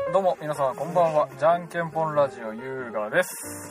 どうも皆さんこんばんは。じゃんけんぽんラジオ優雅です。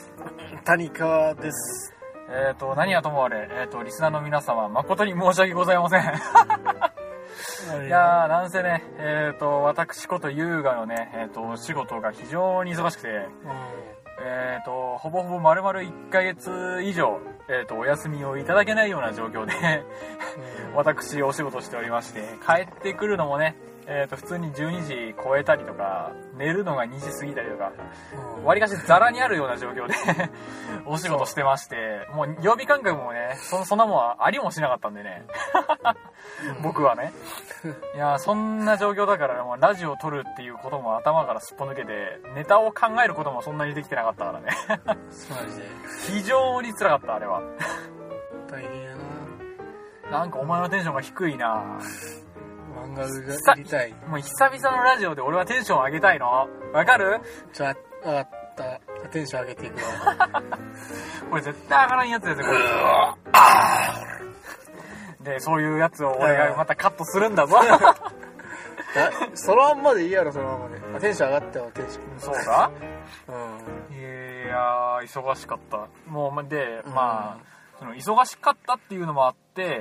谷川です。 何はともあれ、リスナーの皆様誠に申し訳ございません。いやー、なんせね、私こと優雅のね、お仕事が非常に忙しくて、ほぼほぼ丸々1ヶ月以上、お休みをいただけないような状況で私お仕事しておりまして、帰ってくるのもね、普通に12時超えたりとか、寝るのが2時過ぎたりとか、わりかしザラにあるような状況でお仕事してまして、もう曜日感覚もね、そんなもんはありもしなかったんでね僕はね、いやそんな状況だから、もうラジオを撮るっていうことも頭からすっぽ抜けて、ネタを考えることもそんなにできてなかったからね非常に辛かった、あれは大変やなんかお前のテンションが低いな。 漫画がやりたい。 もう久々のラジオで俺はテンション上げたいの。わかる？ じゃあ、わかった。テンション上げていくわ。 これ絶対上がらんやつですよ、これ。で、そういうやつを俺がまたカットするんだぞ。 そのまんまでいいやろ、そのままで。テンション上がったよ、テンション。 そうか？ うん。 いやー、忙しかった。もう、で、まあ、その忙しかったっていうのもあって、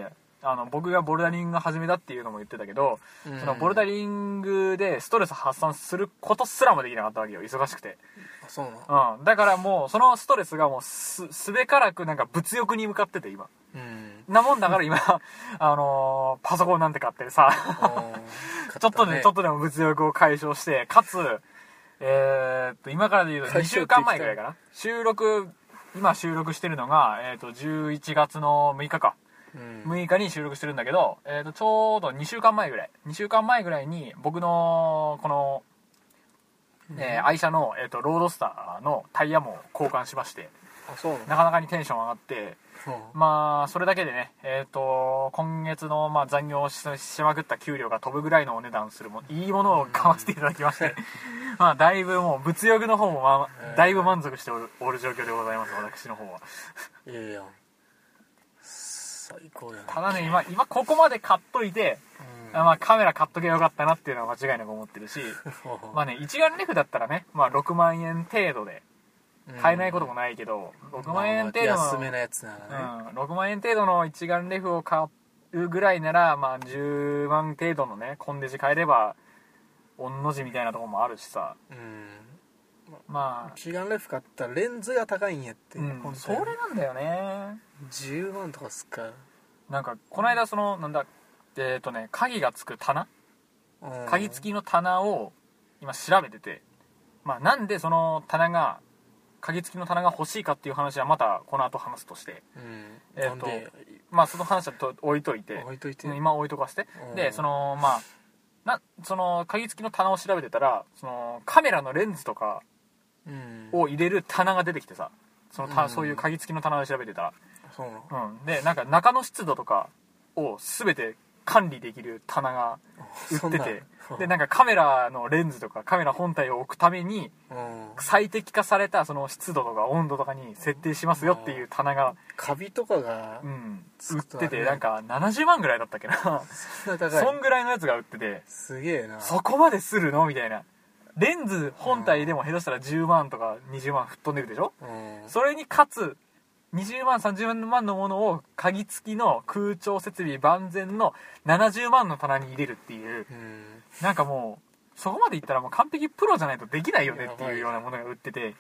僕がボルダリング始めたっていうのも言ってたけど、そのボルダリングでストレス発散することすらもできなかったわけよ、忙しくて。 そうな。 だからもうそのストレスがもうすべからくなんか物欲に向かってて今。なもんだから今パソコンなんて買ってさちょっとでも物欲を解消して、かつ今からで言うと2週間前ぐらいかな。今収録してるのが11月の6日か。6日に収録してるんだけど、ちょうど2週間前ぐらいに僕のこの、愛車の、ロードスターのタイヤも交換しまして、なかなかにテンション上がって、まあそれだけでね、今月の、まあ、残業しまくった給料が飛ぶぐらいのお値段するいいものを買わせていただきましてまあだいぶもう物欲の方も、だいぶ満足しておる状況でございます、私の方は。 いやいや最高やな。 ただね、今ここまで買っといて、まあ、カメラ買っとけばよかったなっていうのは間違いなく思ってるしまあね、一眼レフだったらね、まあ、6万円程度で買えないこともないけど、6万円程度の、 安めなやつならね、 6万円程度の一眼レフを買うぐらいなら、まあ、10万程度のねコンデジ買えれば御の字みたいなところもあるしさ、まあ一眼レフ買ったらレンズが高いんやって、 それなんだよね。 10万とかすっか。 なんかこの間鍵がつく棚、鍵付きの棚を今調べてて、まあなんでその鍵付きの棚が欲しいかっていう話はまたこの後話すとして、まあその話は置いといて今置いとかせて、でその鍵付きの棚を調べてたら、そのカメラのレンズとかを入れる棚が出てきてさ、そういう鍵付きの棚を調べてたら、でなんか中の湿度とかを全て管理できる棚が売ってて、でなんかカメラのレンズとかカメラ本体を置くために最適化されたその湿度とか温度とかに設定しますよっていう棚がカビとかが売ってて、なんか70万ぐらいだったっけなそんぐらいのやつが売ってて、 すげえな、 そこまでするのみたいな。レンズ本体でも下手したら10万とか20万吹っ飛んでるでしょ。それにかつ20万30万のものを鍵付きの空調設備万全の70万の棚に入れるっていう、なんかもうそこまでいったらもう完璧プロじゃないとできないよねっていうようなものが売ってて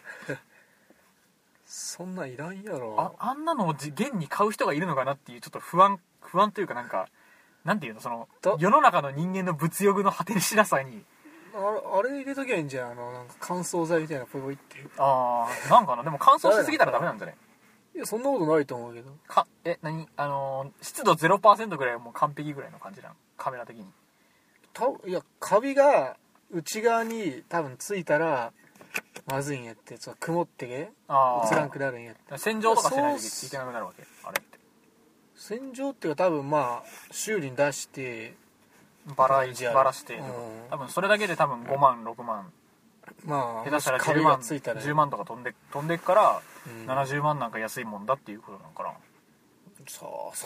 そんなんいらんやろ。 あんなのを現に買う人がいるのかなっていうちょっと不安というか、なんていうの、その世の中の人間の物欲の果てしなさにあれ入れときゃいいんじゃん、なんか乾燥剤みたいなポイポイって。 なんかな。でも乾燥しすぎたらダメなんじゃね。 いやそんなことないと思うけど。 湿度 0% ぐらいはもう完璧ぐらいの感じなの、カメラ的に。 いやカビが内側に多分ついたらまずいんやって、曇って映らんくなるんやって。 洗浄とかしないといけなくなるわけ、あれって。 洗浄っていうか多分まあ修理に出してバラして、多分それだけで多分5万6万、 まあ下手したら10万とか飛んでいくから、70万なんか安いもんだっていうことなのかな。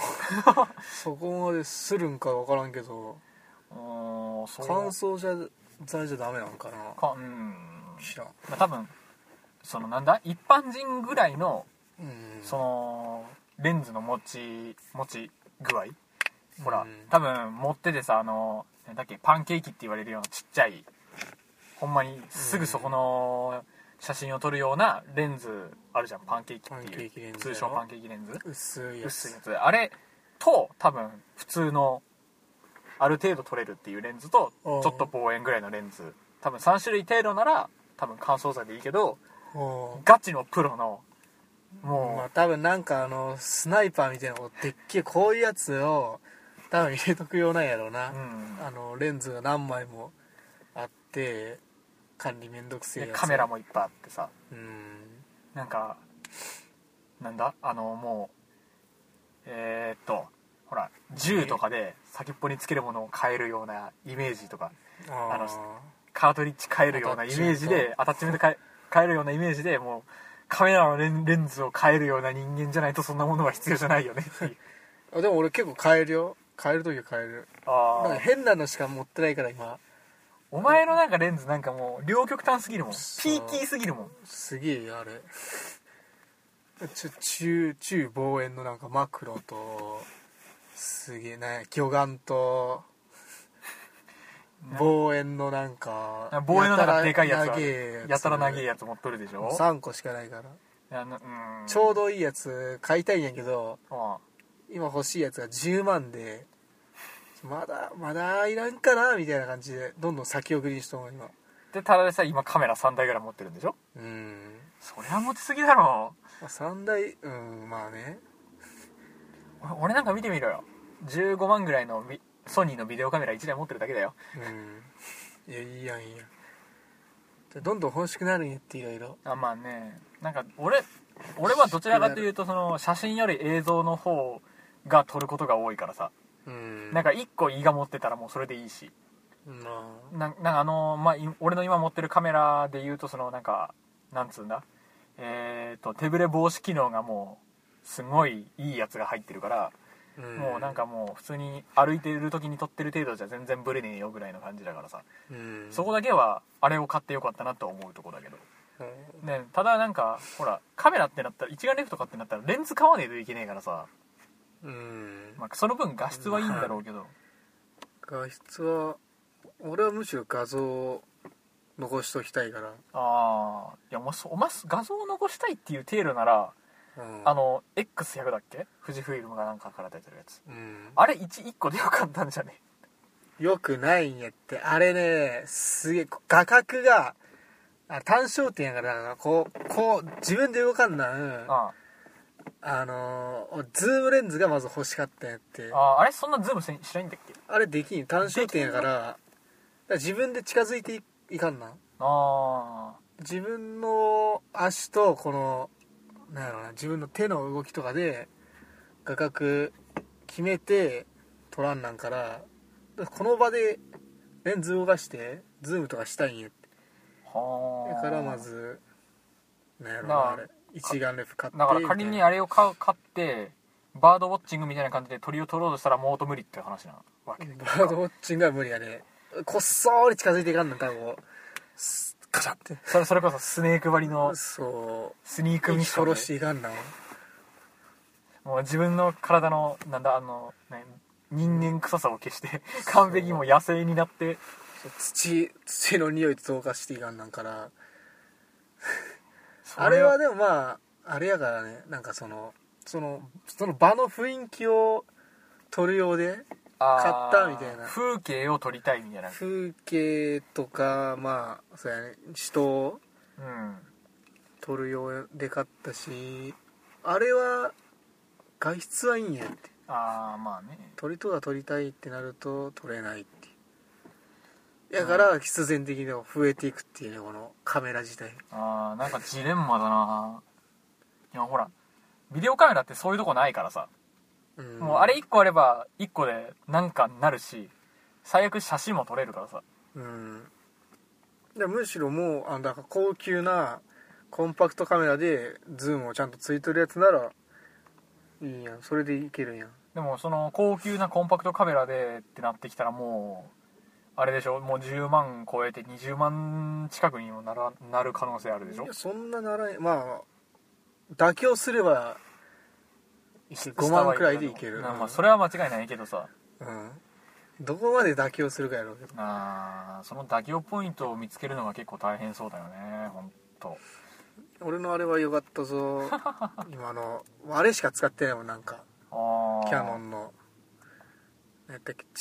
そこまでするんか分からんけど、乾燥じゃ材じゃダメなのかな知らん、 まあ、多分そのなんだ一般人ぐらいの、そのレンズの持ち具合、ほら多分持っててさなんだっけパンケーキって言われるようなちっちゃいほんまにすぐそこの写真を撮るようなレンズあるじゃん、パンケーキっていう通称パンケーキレンズ、 薄いやつあれと多分普通のある程度撮れるっていうレンズとちょっと望遠ぐらいのレンズ、多分3種類程度なら多分乾燥剤でいいけど、ガチのプロのもう、 まあ、多分なんかスナイパーみたいなでっけえこういうやつを多分入れとくようなんやろうな、レンズが何枚もあって管理めんどくせえやつ、 カメラもいっぱいあってさ、なんかなんだもうほら銃とかで先っぽにつけるものを変えるようなイメージとか、カートリッジ変えるようなイメージでアタッチメント変えるようなイメージで、もうカメラのレンズを変えるような人間じゃないとそんなものは必要じゃないよねっていうでも俺結構変えるよ、変えるときは変える。なんか変なのしか持ってないから今。 お前のなんかレンズなんかもう両極端すぎるもん、ピーキーすぎるもん。 すげえよあれ。中望遠のなんかマクロとすげえね、魚眼と望遠のなんか望遠のなんかでかいやつやたら長いやつ持っとるでしょ。 3個しかないから、ちょうどいいやつ買いたいんやけど、今欲しいやつが10万でまだいらんかなみたいな感じでどんどん先送りにしとん今で。ただでさ今カメラ3台ぐらい持ってるんでしょ。そりゃ持ちすぎだろ。 3台まあね。 俺なんか見てみろよ、15万ぐらいのソニーのビデオカメラ1台持ってるだけだよ。 いやいいやんいいやん、どんどん欲しくなるんやっていろいろ。 まあね、なんか俺はどちらかというとその写真より映像の方が撮ることが多いからさ、なんか1個胃が持ってたらもうそれでいいし、なんかまあ俺の今持ってるカメラでいうとそのなんかなんつうんだ手ぶれ防止機能がもうすごいいいやつが入ってるから、もうなんかもう普通に歩いてる時に撮ってる程度じゃ全然ブレねえよぐらいの感じだからさ、そこだけはあれを買ってよかったなと思うとこだけど、ね、ただなんかほらカメラってなったら一眼レフとかってなったらレンズ買わねえといけねえからさ、まあ、その分画質はいいんだろうけど、 画質は俺はむしろ画像を残しときたいから。 いやお前画像を残したいっていう程度なら、X100 だっけ、富士フイルムがなんかから出てるやつ、あれ 1個でよかったんじゃね。 よくないんやって、あれね、すげえ画角が単焦点やからこう自分で動かんなんズームレンズがまず欲しかったんやって。 あれそんなズームしないんだっけ。 あれできん、単焦点やから自分で近づいていかんな。自分の足とこのなんやろな、自分の手の動きとかで画角決めて撮らんなんから、この場でレンズ動かしてズームとかしたいんやって。だからまずなんやろな、あれ一眼レフ買って、 だから仮にあれを買ってバードウォッチングみたいな感じで鳥を撮ろうとしたらもうと無理って話なわけ。 バードウォッチングは無理やね。こっそーり近づいていかんの多分カシャってそれこそスネーク張りのスニークミッションで殺していかんな。 もう自分の体のなんだ人間臭さを消して完璧にもう野生になって土の匂いと同化していかんなんからあれはでもまああれやからね、なんかその場の雰囲気を撮るようで買ったみたいな。 風景を撮りたいみたいな。 風景とかまあそうやね、人を撮るようで買ったし、あれは画質はいいんやって。 まあね、 撮りとか撮りたいってなると撮れないっていう。だから必然的に増えていくっていうね、このカメラ自体。 なんかジレンマだな。いやほらビデオカメラってそういうとこないからさ、もうあれ1個あれば1個でなんかなるし、最悪写真も撮れるからさ。 でむしろもうだから高級なコンパクトカメラでズームをちゃんとついてるやつならいいやん、それでいけるやん。 でもその高級なコンパクトカメラでってなってきたらもうあれでしょ、もう10万超えて20万近くにもなる可能性あるでしょ。 いやそんなならない。まあ妥協すれば5万くらいでいける。 まあそれは間違いないけどさ、 うん、どこまで妥協するかやろうけど。 その妥協ポイントを見つけるのが結構大変そうだよね、ほんと。 俺のあれは良かったぞ今のあれしか使ってないもん。なんかキャノンの何やったっけ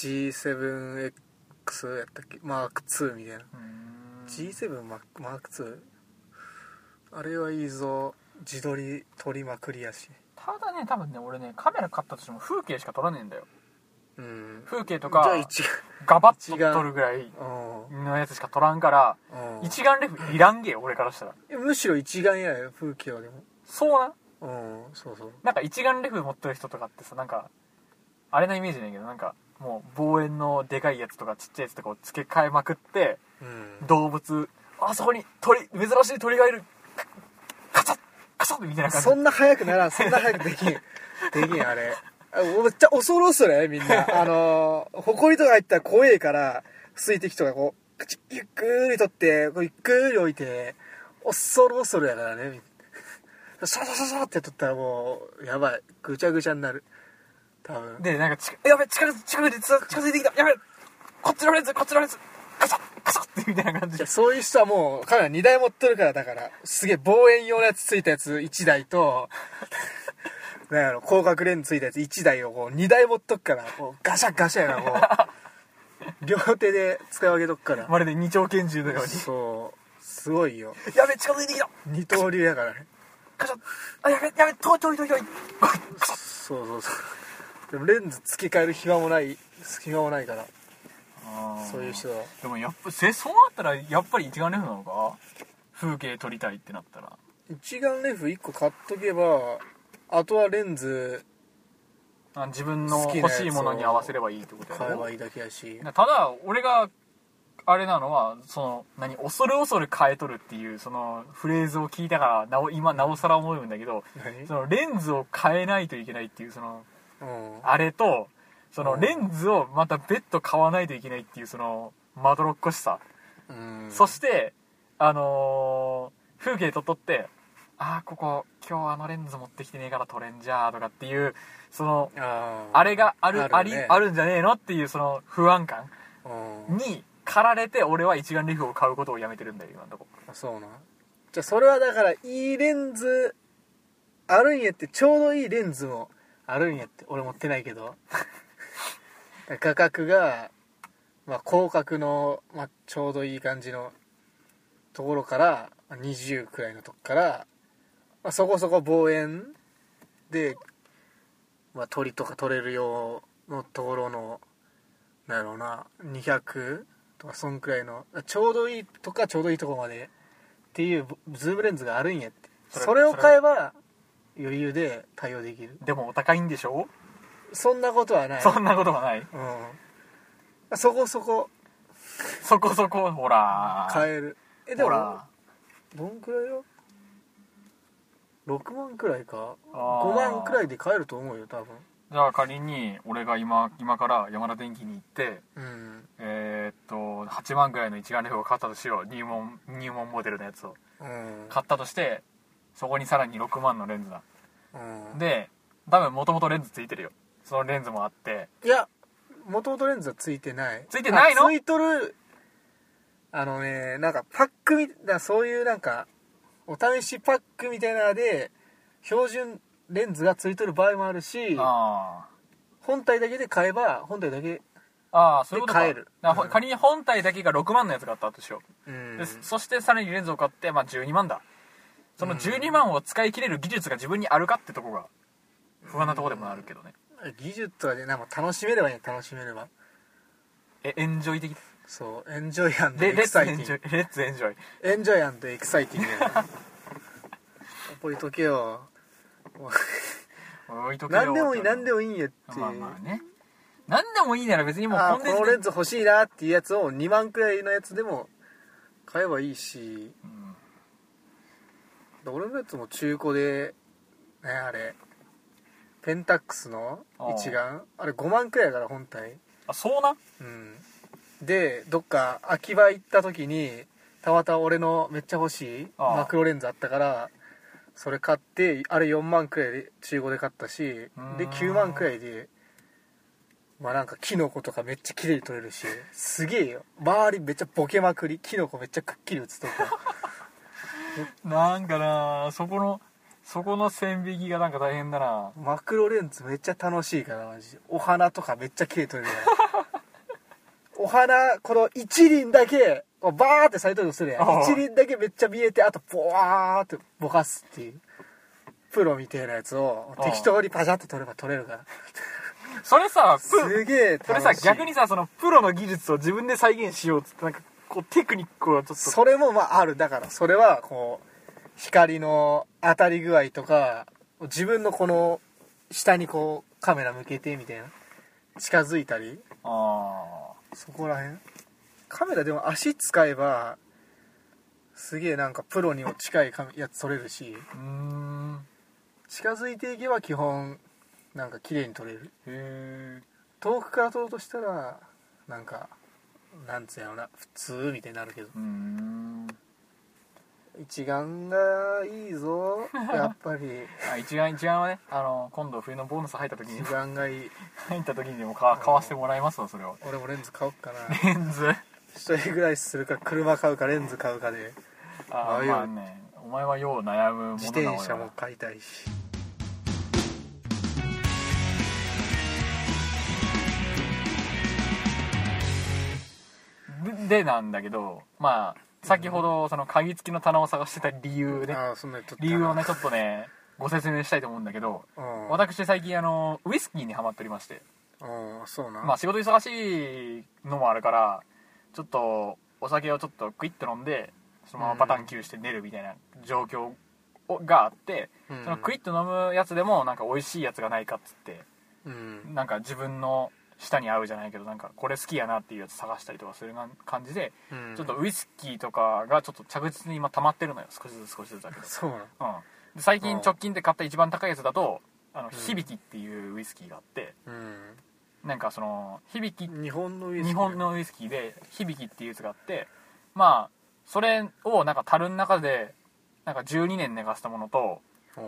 G7X やったっけマーク2みたいな。G7 マーク2あれはいいぞ。自撮り撮りまくりやし。 ただね、多分ね、俺ね、カメラ買ったとしても風景しか撮らねえんだよ。 うん、 風景とかじゃあガバッと撮るぐらいのやつしか撮らんから、一眼レフいらんげよ、俺からしたら。 むしろ一眼やよ、風景は。でもそうな。 そうそう。 なんか一眼レフ持ってる人とかってさ、なんかあれのイメージないけど、なんかもう望遠のでかいやつとかちっちゃいやつとかを付け替えまくって、動物、あそこに珍しい鳥がいる、カチャッカチャッみたいな感じ。 そんな早くならん。そんな早くできんあれ。めっちゃ恐る恐るみんな埃とか入ったら怖えから、水滴とかこうゆっくり取ってこうゆっくり置いて、恐る恐るやからね。シャシャシャシャって取ったらもうやばい、ぐちゃぐちゃになる多分。 でなんかやべ、近づいてきた、やべ、こっちのレンズカチャカチャってみたいな感じで。 そういう人はもうカメラ2台持ってるから。だからすげえ望遠用のやつついたやつ1台となんやろ、広角レンズついたやつ1台をこう2台持っとくから、こうガシャガシャやからこう両手で使い分けとくから、 まるで二丁拳銃のように。 そうすごいよ。 やべ、近づいてきた、 二刀流やからね。 カチャッ、あ、やべ遠いそうでもレンズ付け替える暇もないからそういう人は。 でもやっぱそうなったらやっぱり一眼レフなのか、風景撮りたいってなったら。 一眼レフ1個買っとけば、あとはレンズ自分の欲しいものに合わせればいいってことやろ。 買えばいいだけやし。 ただ俺があれなのは、その恐る恐る変えとるっていうそのフレーズを聞いたから今なおさら思うんだけど、そのレンズを変えないといけないっていうその、あれと、そのレンズをまた別途買わないといけないっていうそのまどろっこしさ、そして風景撮っとって、ここ今日レンズ持ってきてねえから撮れんじゃーとかっていうそのあれがあるんじゃねえのっていうその不安感に駆られて、俺は一眼レフを買うことをやめてるんだよ今のとこ。 そうな。じゃあそれはだからいいレンズあるんやって、ちょうどいいレンズもあるんやって。俺持ってないけど価格が広角の、ちょうどいい感じのところから20くらいのとこから、そこそこ望遠で、鳥とか撮れるようのところのなんやろうな、200とかそんくらいのちょうどいいとかちょうどいいとこまでっていうズームレンズがあるんやって。それを買えば余裕で対応できる。 でもお高いんでしょ。 そんなことはない。 そんなことはない。 そこそこほら買える。でもどんくらいよ。6万くらいか5万くらいで買えると思うよ多分。 じゃあ仮に俺が今から山田電機に行って、8万くらいの一眼レフを買ったとしよう。入門モデルのやつを、買ったとして、そこにさらに6万のレンズだ、で多分もともとレンズついてるよ。そのレンズもあって、 いやもともとレンズはついてない。 ついてないの？ ついとる。なんかパックそういうなんかお試しパックみたいなので標準レンズがついとる場合もあるし、本体だけで買えば本体だけで買える。 仮に本体だけが6万のやつがあったとしよう、でそしてさらにレンズを買って、12万だ。その12万を使い切れる技術が自分にあるかってとこが不安なとこでもあるけどね。 技術はね、なんか楽しめればいいね。楽しめればエンジョイ的。 そうエンジョイ&エクサイティング。 レッツエンジョイ。 エンジョイ&エクサイティング覚えとけよ。 置いとけよ。 何でもいいんやって。 まあね、何でもいいなら別にもうこのレンズ欲しいなっていうやつを2万くらいのやつでも買えばいいし、俺のやつも中古でね、あれペンタックスの一眼、あれ5万くらいやから本体。 そうな。 でどっか秋葉行った時にたまたま俺のめっちゃ欲しいマクロレンズあったからそれ買ってあれ4万くらいで中古で買ったしで9万くらいでまあなんかキノコとかめっちゃ綺麗に撮れるしすげえよ周りめっちゃボケまくりキノコめっちゃくっきり映っとるなんかなそこの線引きがなんか大変だな。 マクロレンズめっちゃ楽しいからマジでお花とかめっちゃ綺麗に撮れるからお花この一輪だけバーって咲いとるとするやん一輪だけめっちゃ見えてあとボワーってぼかすっていうプロみたいなやつを適当にパシャッと撮れば撮れるからそれさすげえ楽しい。 それさ逆にさそのプロの技術を自分で再現しようっつってなんかこうテクニックをちょっとそれもまあある。だからそれはこう光の当たり具合とか自分のこの下にこうカメラ向けてみたいな近づいたりそこらへんカメラでも足使えばすげえなんかプロにも近いやつ撮れるし近づいていけば基本なんか綺麗に撮れる。遠くから撮ろうとしたらなんかなんつうやろな普通みたいになるけど一眼がいいぞやっぱり一眼はね今度冬のボーナス入った時に一眼がいい入った時にでも買わせてもらいますわそれを。 俺もレンズ買おっかなレンズ一人暮らしするか車買うかレンズ買うかでまあねお前はよう悩むものな。 自転車も買いたいしでなんだけどまあ先ほどその鍵付きの棚を探してた理由ね理由をねちょっとねご説明したいと思うんだけど私最近ウイスキーにハマっておりましてそうなまあ仕事忙しいのもあるからちょっとお酒をちょっとクイッと飲んでそのままバタンキューして寝るみたいな状況があってそのクイッと飲むやつでもなんか美味しいやつがないかっつってなんか自分の舌に合うじゃないけどなんかこれ好きやなっていうやつ探したりとかする感じでちょっとウイスキーとかがちょっと着実に今溜まってるのよ少しずつだけどそうなので最近直近で買った一番高いやつだと響きっていうウイスキーがあってなんかその響き日本のウイスキーで響きっていうやつがあってまあそれをなんか樽の中でなんか12年寝かしたものと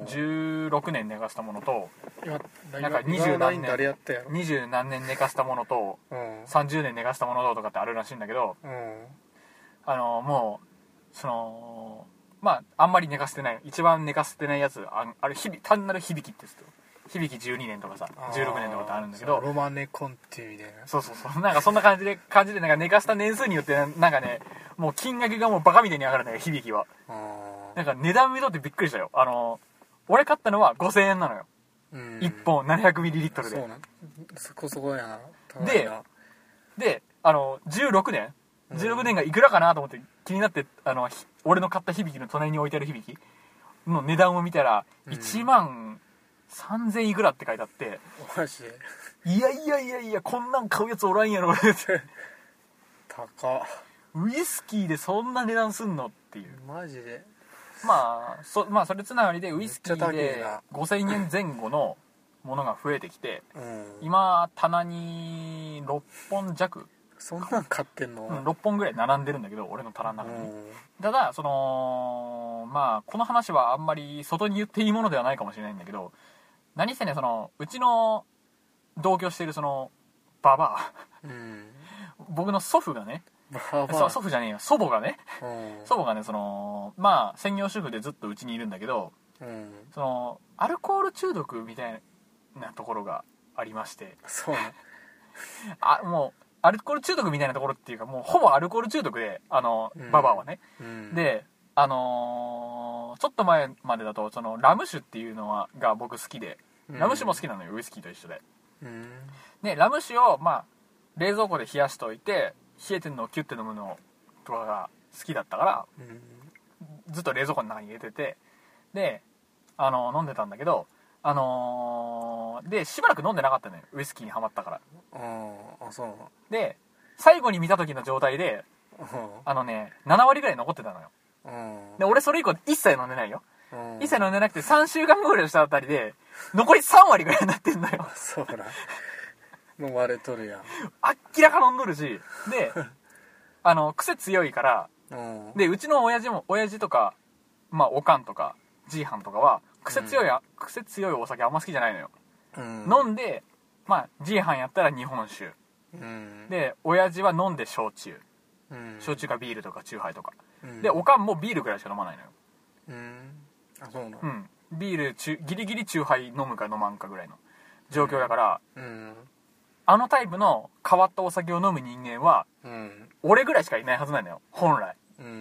16年寝かしたものとなんか20何年寝かしたものと30年寝かしたものとかってあるらしいんだけどもうそのまああんまり寝かせてない一番寝かせてないやつあれ単なる響きって言って響き12年とかさ16年とかってあるんだけどロマネコンテみたいなそうなんかそんな感じでなんか寝かした年数によってなんかねもう金額がもうバカみたいに上がるんだよ響きは。なんか値段見とってびっくりしたよ。俺買ったのは5000円なのよ1本 700ml でそうなんそこやなで16年がいくらかなと思って気になって俺の買った響きの隣に置いてある響きの値段を見たら1万3000いくらって書いてあってマジでいやこんなん買うやつおらんやろって高ウイスキーでそんな値段すんのっていうマジでまあそれつながりでウイスキーで5000円前後のものが増えてきて今棚に6本弱そんなん買ってんの 6本ぐらい並んでるんだけど俺の棚の中にただまあこの話はあんまり外に言っていいものではないかもしれないんだけど何せねうちの同居しているババア僕の祖父がね祖父じゃねえよ祖母がねまあ専業主婦でずっとうちにいるんだけどアルコール中毒みたいなところがありましてそうねもうアルコール中毒みたいなところっていうかもうほぼアルコール中毒でババアはねでちょっと前までだとラム酒っていうのが僕好きでラム酒も好きなのよウイスキーと一緒ででラム酒をまあ冷蔵庫で冷やしといて冷えてるのをキュッて飲むのとかが好きだったからずっと冷蔵庫の中に入れててで飲んでたんだけどでしばらく飲んでなかったのよウイスキーにハマったからそうで最後に見た時の状態で7割ぐらい残ってたのよで俺それ以降一切飲んでないよ一切飲んでなくて3週間ぐらいしたあたりで残り3割ぐらいになってんのよそうだ飲まれとるやんきらか飲んどるし、で癖強いから、でうちの親父とか、まあおかんとかじいはんとかは癖強いお酒あんま好きじゃないのよ、飲んで、まあじいはんやったら日本酒、で親父は飲んで焼酎、焼酎かビールとかチューハイとか、でおかんもビールぐらいしか飲まないのよ。 あ、そうなの。 ビールギリギリチューハイ飲むか飲まんかぐらいの状況だから、あのタイプの変わったお酒を飲む人間は、俺ぐらいしかいないはずなんだよ本来。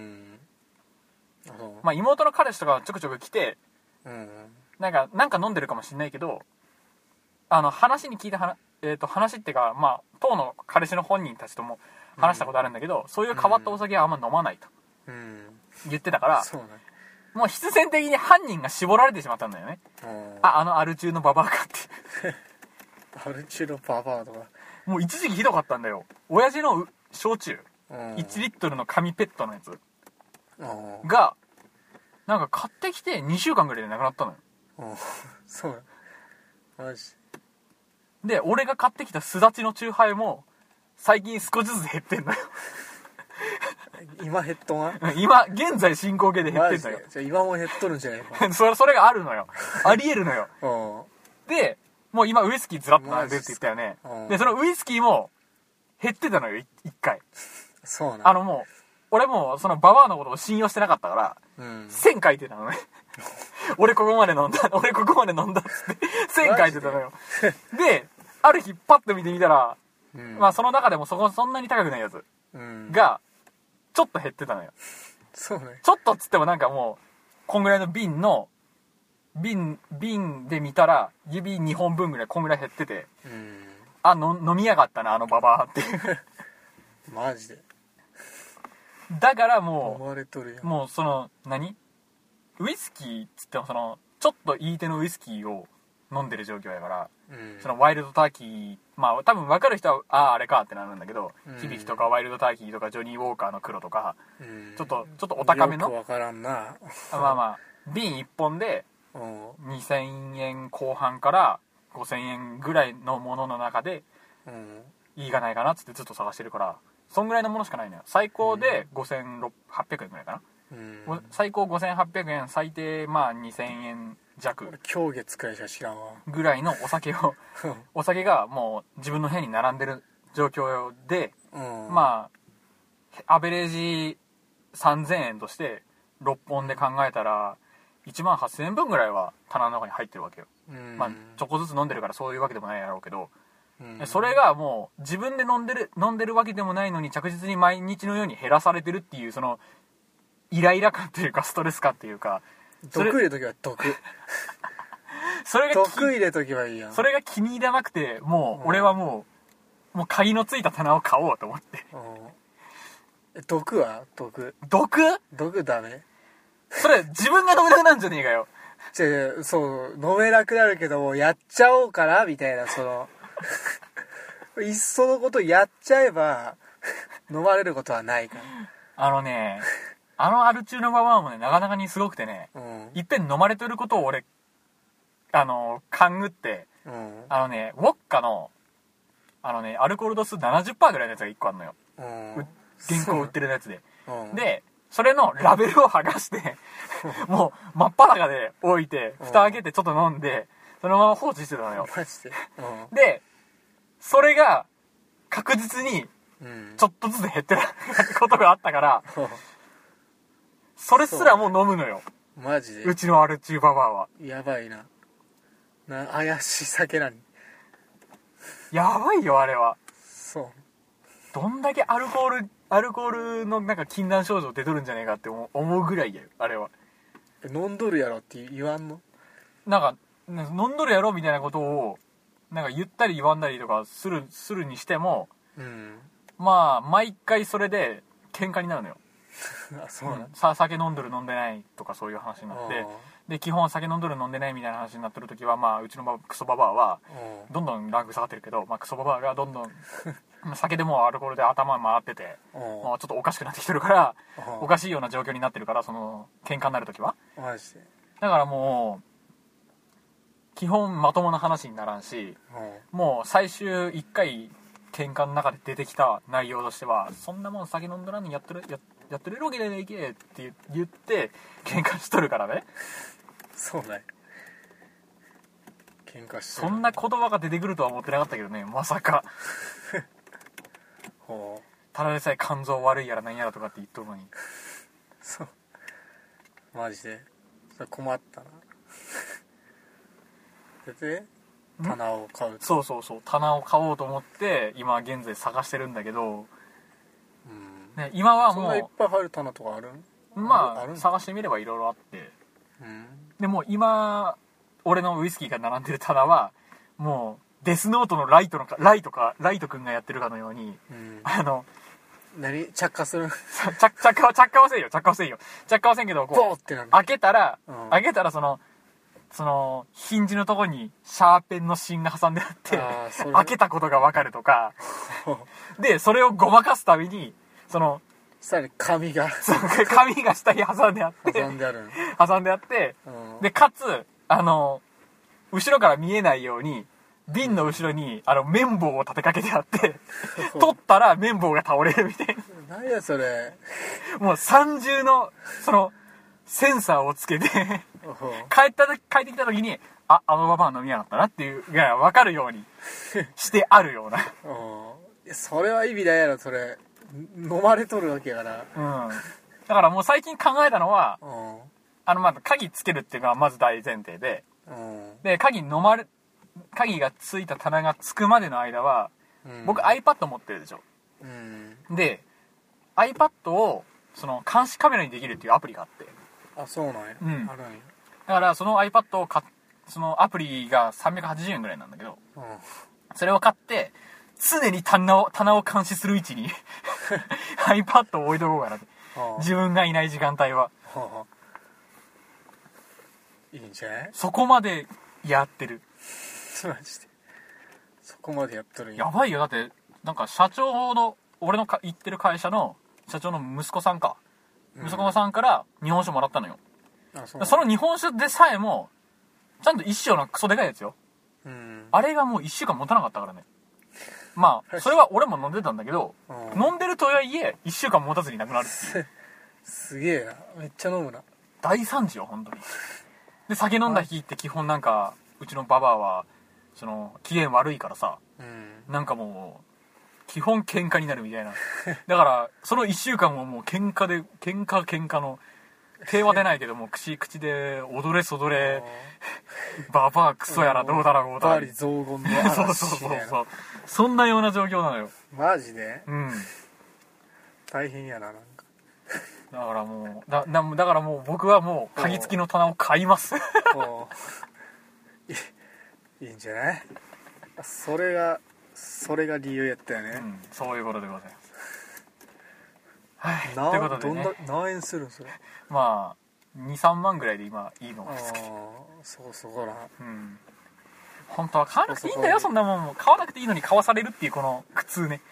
まあ妹の彼氏とかちょくちょく来て、なんか飲んでるかもしんないけど、話に聞いた話っていうか、まあ当の彼氏の本人たちとも話したことあるんだけど、そういう変わったお酒はあんま飲まないと、言ってたから、 そうね、 もう必然的に犯人が絞られてしまったんだよね。アル中のババアかってアル中のババアとかもう一時期ひどかったんだよ。親父の焼酎、1リットルの紙ペットのやつがなんか買ってきて2週間ぐらいでなくなったのよ。 そうマジで、俺が買ってきたすだちのチューハイも最近少しずつ減ってんのよ今減っとん今現在進行形で減ってんだよ。 じゃあ今も減っとるんじゃないかそれがあるのよありえるのよで、もう今ウイスキーずらっと並んでるって言ったよね。で、そのウイスキーも減ってたのよ、一回。 そうなの。 もう俺もそのババアのことを信用してなかったから、線書いてたのね俺ここまで飲んだっつって線書いてたのよで、ある日パッと見てみたら、まあその中でもそんなに高くないやつがちょっと減ってたのよ。 そうね。 ちょっとっつってもなんかもうこんぐらいの瓶で見たら指2本分ぐらいこんぐらい減ってて、飲みやがったなあのババアっていうマジで。 だからも飲まれとるやん。 もうそのウイスキーっつってもちょっといい手のウイスキーを飲んでる状況やから、そのワイルドターキー、まあ多分分かる人はあれかってなるんだけど、響とかワイルドターキーとかジョニーウォーカーの黒とか、ちょっとお高めのよく分からんなまあ瓶1本で2000円後半から5000円ぐらいのものの中でいいがないかなっつってずっと探してるから、そんぐらいのものしかないのよ。最高で5800円ぐらいかな、最高5800円、最低まあ2000円弱狂月くらいしか知らんわぐらいのお酒がもう自分の部屋に並んでる状況で、まあアベレージ3000円として6本で考えたら1万8000円分ぐらいは棚の中に入ってるわけよ。まあちょこずつ飲んでるからそういうわけでもないやろうけど、それがもう自分で飲んでるわけでもないのに着実に毎日のように減らされてるっていう、そのイライラ感っていうかストレス感っていうか、 毒入れときは毒毒入れときはいいやん。 それが気に入らなくて、もう俺はもう鍵のついた棚を買おうと思って。 毒は毒ダメ。 それ自分が飲めなくなるんじゃねえかよ。 そう飲めなくなるけどもやっちゃおうかなみたいな、いっそのことやっちゃえば飲まれることはないから。 アル中のババアもね、なかなかにすごくてね、いっぺん飲まれてることを俺勘ぐって、ウォッカのアルコール度数 70% ぐらいのやつが1個あるのよ、現行売ってるやつで、でそれのラベルを剥がしてもう真っ裸で置いて蓋開けてちょっと飲んでそのまま放置してたのよ。 マジで。 でそれが確実にちょっとずつ減ってることがあったからそれすらもう飲むのよ。 マジで。 うちのアル中ババアはやばいな。怪しい酒なに。 やばいよあれは。 そう。 どんだけアルコールのなんか禁断症状出とるんじゃねえかって思うぐらいやよあれは。 飲んどるやろって言わんの？ なんか飲んどるやろみたいなことをなんか言ったり言わんだりとかするにしても、まあ毎回それで喧嘩になるのよ。 そうなん、 酒飲んどる飲んでないとかそういう話になって、で基本酒飲んどる飲んでないみたいな話になってる時は、まあうちのクソババアはどんどんランク下がってるけど、まあ、クソババアがどんどん酒でもうアルコールで頭回っててもうちょっとおかしくなってきてるからおかしいような状況になってるから、その喧嘩になる時はだからもう基本まともな話にならんし、もう最終1回喧嘩の中で出てきた内容としては、そんなもん酒飲んだらにやってるわけでねえけって言って喧嘩しとるからね。 そうね、喧嘩してる。そんな言葉が出てくるとは思ってなかったけどね、まさかほう、 ただでさえ肝臓悪いやら何やらとかって言っとるのに。 そう、マジでそれ困ったなで棚を買う。 そう棚を買おうと思って今現在探してるんだけど、ね、今はもうそんないっぱい入る棚とかある？ まあ探してみればいろいろあって、でも今俺のウイスキーが並んでる棚はもうデスノートのライトくんがやってるかのように、 何着火する着火はせんよ。着火はせんけど、こう開けたらそのヒンジのとこにシャーペンの芯が挟んであって開けたことが分かるとかで、それをごまかすたびにさらに紙が下に挟んであって、でかつ後ろから見えないように瓶の後ろに綿棒を立てかけてあって取ったら綿棒が倒れるみたいな。何やそれ。 もう三重のセンサーをつけて帰ってきた時にあのババア飲みやがったなっていうが分かるようにしてあるようなそれは意味ないやろ。それ飲まれとるわけやから、 だからもう最近考えたのは、まず鍵つけるっていうのはまず大前提で、で鍵がついた棚がつくまでの間は、僕 iPad 持ってるでしょ、で iPad を監視カメラにできるっていうアプリがあって、 あ、そうなんや、あるんや。 だからその iPad をそのアプリが380円ぐらいなんだけど、それを買って常に棚を監視する位置にiPad を置いとこうかなって、自分がいない時間帯は、 いいんじゃない？ そこまでやってる。 マジでそこまでやっとるんや。 やばいよ。だってなんか俺の行ってる会社の社長の息子さんから日本酒もらったのよ。その日本酒でさえもちゃんと一升のクソでかいやつよ、あれがもう1週間持たなかったからね。まあそれは俺も飲んでたんだけど、飲んでるとはいえ1週間持たずになくなるっていうすげえな、めっちゃ飲むな。 大惨事よ本当に。で酒飲んだ日って基本なんかうちのババアは機嫌悪いからさ、なんかもう基本喧嘩になるみたいな。だからその1週間ももう喧嘩の手は出ないけども口で踊れそどれババアクソやらどうだろうバーリ雑言の話みたいなそうそんなような状況なのよ。 マジで？大変やな。なんかだからもうだからもう僕はもう鍵付きの棚を買いますいいんじゃない？それが理由やったよね、 そういうことでございます。 はい、ということでね、 何円するんそれ？ まあ 2,3 万ぐらいで今いいのですけど、 そこら、 本当は買わなくていいんだよ。そんなもん買わなくていいのに買わされるっていうこの苦痛ね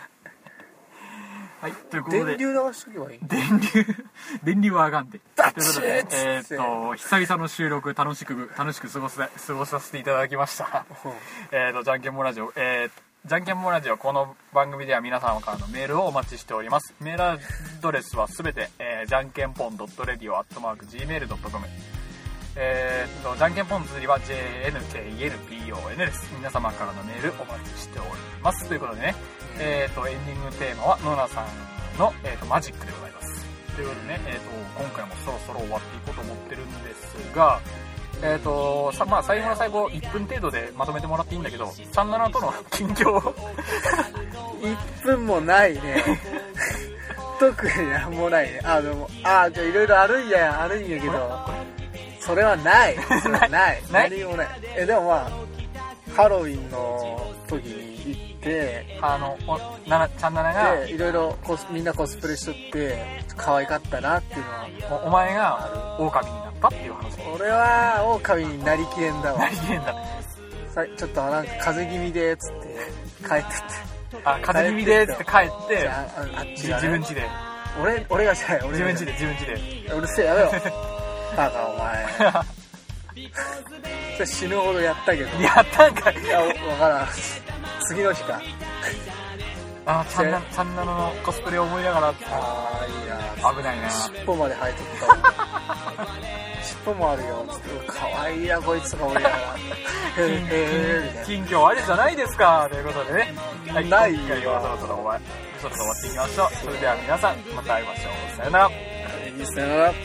はい、ということで電流流しとけばいい。 電流はあかんて。 バチッ久々の収録楽しく過ごさせていただきましたじゃんけんもラジオ、じゃんけんもラジオ、この番組では皆様からのメールをお待ちしております。メールアドレスはすべて、じゃんけんぽん .radio@gmail.com、じゃんけんぽんの綴りは JNKENPON です。皆様からのメールお待ちしております。ということでね、エンディングテーマはノナさんの、マジックでございます。ということでね、今回もそろそろ終わっていこうと思ってるんですが、まあ最後の最後1分程度でまとめてもらっていいんだけど、37との近況を 1分もないね特になんもないね。じゃあいろいろあるんやけど、それはないない何もない。でもまあハロウィンの時に行って、 ちゃんなながいろいろみんなコスプレしとって可愛かったなっていうのは。 お前が狼になったっていう話。 俺は狼になりきれんだわ。 なりきれんだ。 ちょっとなんか風邪気味でつって帰ってって。 風邪気味でつって帰って自分家で。 俺がじゃない。 自分家で。 うるせえやめろ。バカお前。それ死ぬほどやったけど。 やったんかい。 いや、わからん。次の日か。 チャンナノのコスプレを思いながら、 いいな、危ないな。 尻尾まで生えとったわ尻尾もあるよつってかわいいなこいつとか思いながら近況あれじゃないですかということでね、はい、 ない今回はそろそろ終わっていきましょう。それでは皆さんまた会いましょう。さよなら。 さよなら。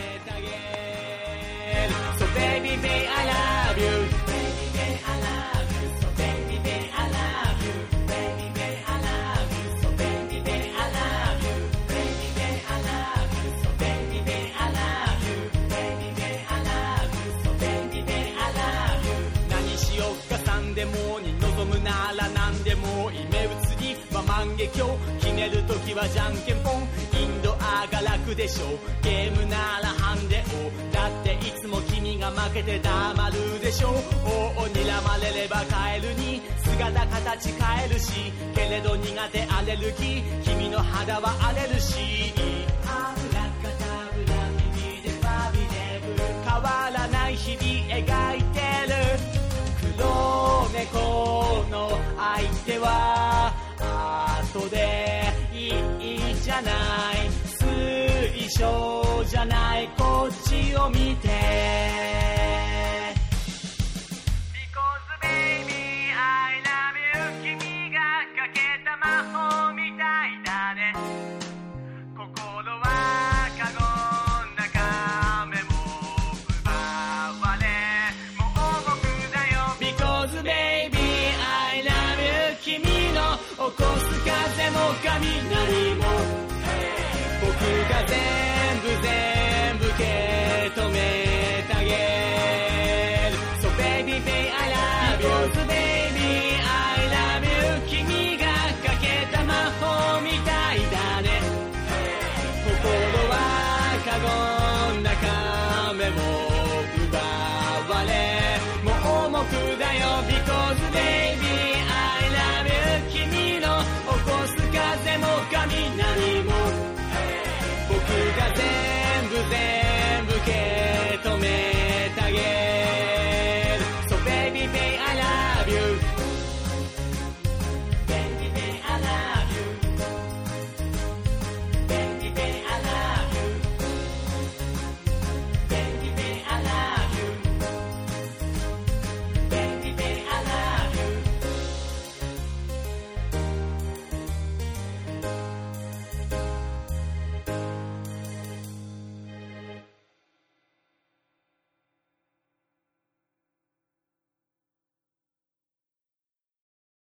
So baby, baby, I love you. Baby, baby, I love you. So baby, baby, I love you. Baby, baby, I love you. So baby, baby, I love you. Baby, baby, I love you. So baby, baby, I love you. Baby, baby, I love you. So baby, baby, I love you. 何しよっか3でもに望むなら何でもいい。目移りは万華鏡。決めるときはじゃんけんぽん。インドアが楽でしょう。ゲームならハンデを。だっていつも君が負けて黙るでしょう。王を睨まれればカエルに姿形変えるし、けれど苦手アレルギー、君の肌は荒れるし、アブラカタブラビビデバビデブ、変わらない日々描いてる。黒猫の相手は後でいいじゃない、推奨じゃないこっちを見て。 Because baby I love you 君がかけた魔法みたいだね。心はカゴん中目も奪われもう僕だよ。 Because baby I love you 君の起こす風も雷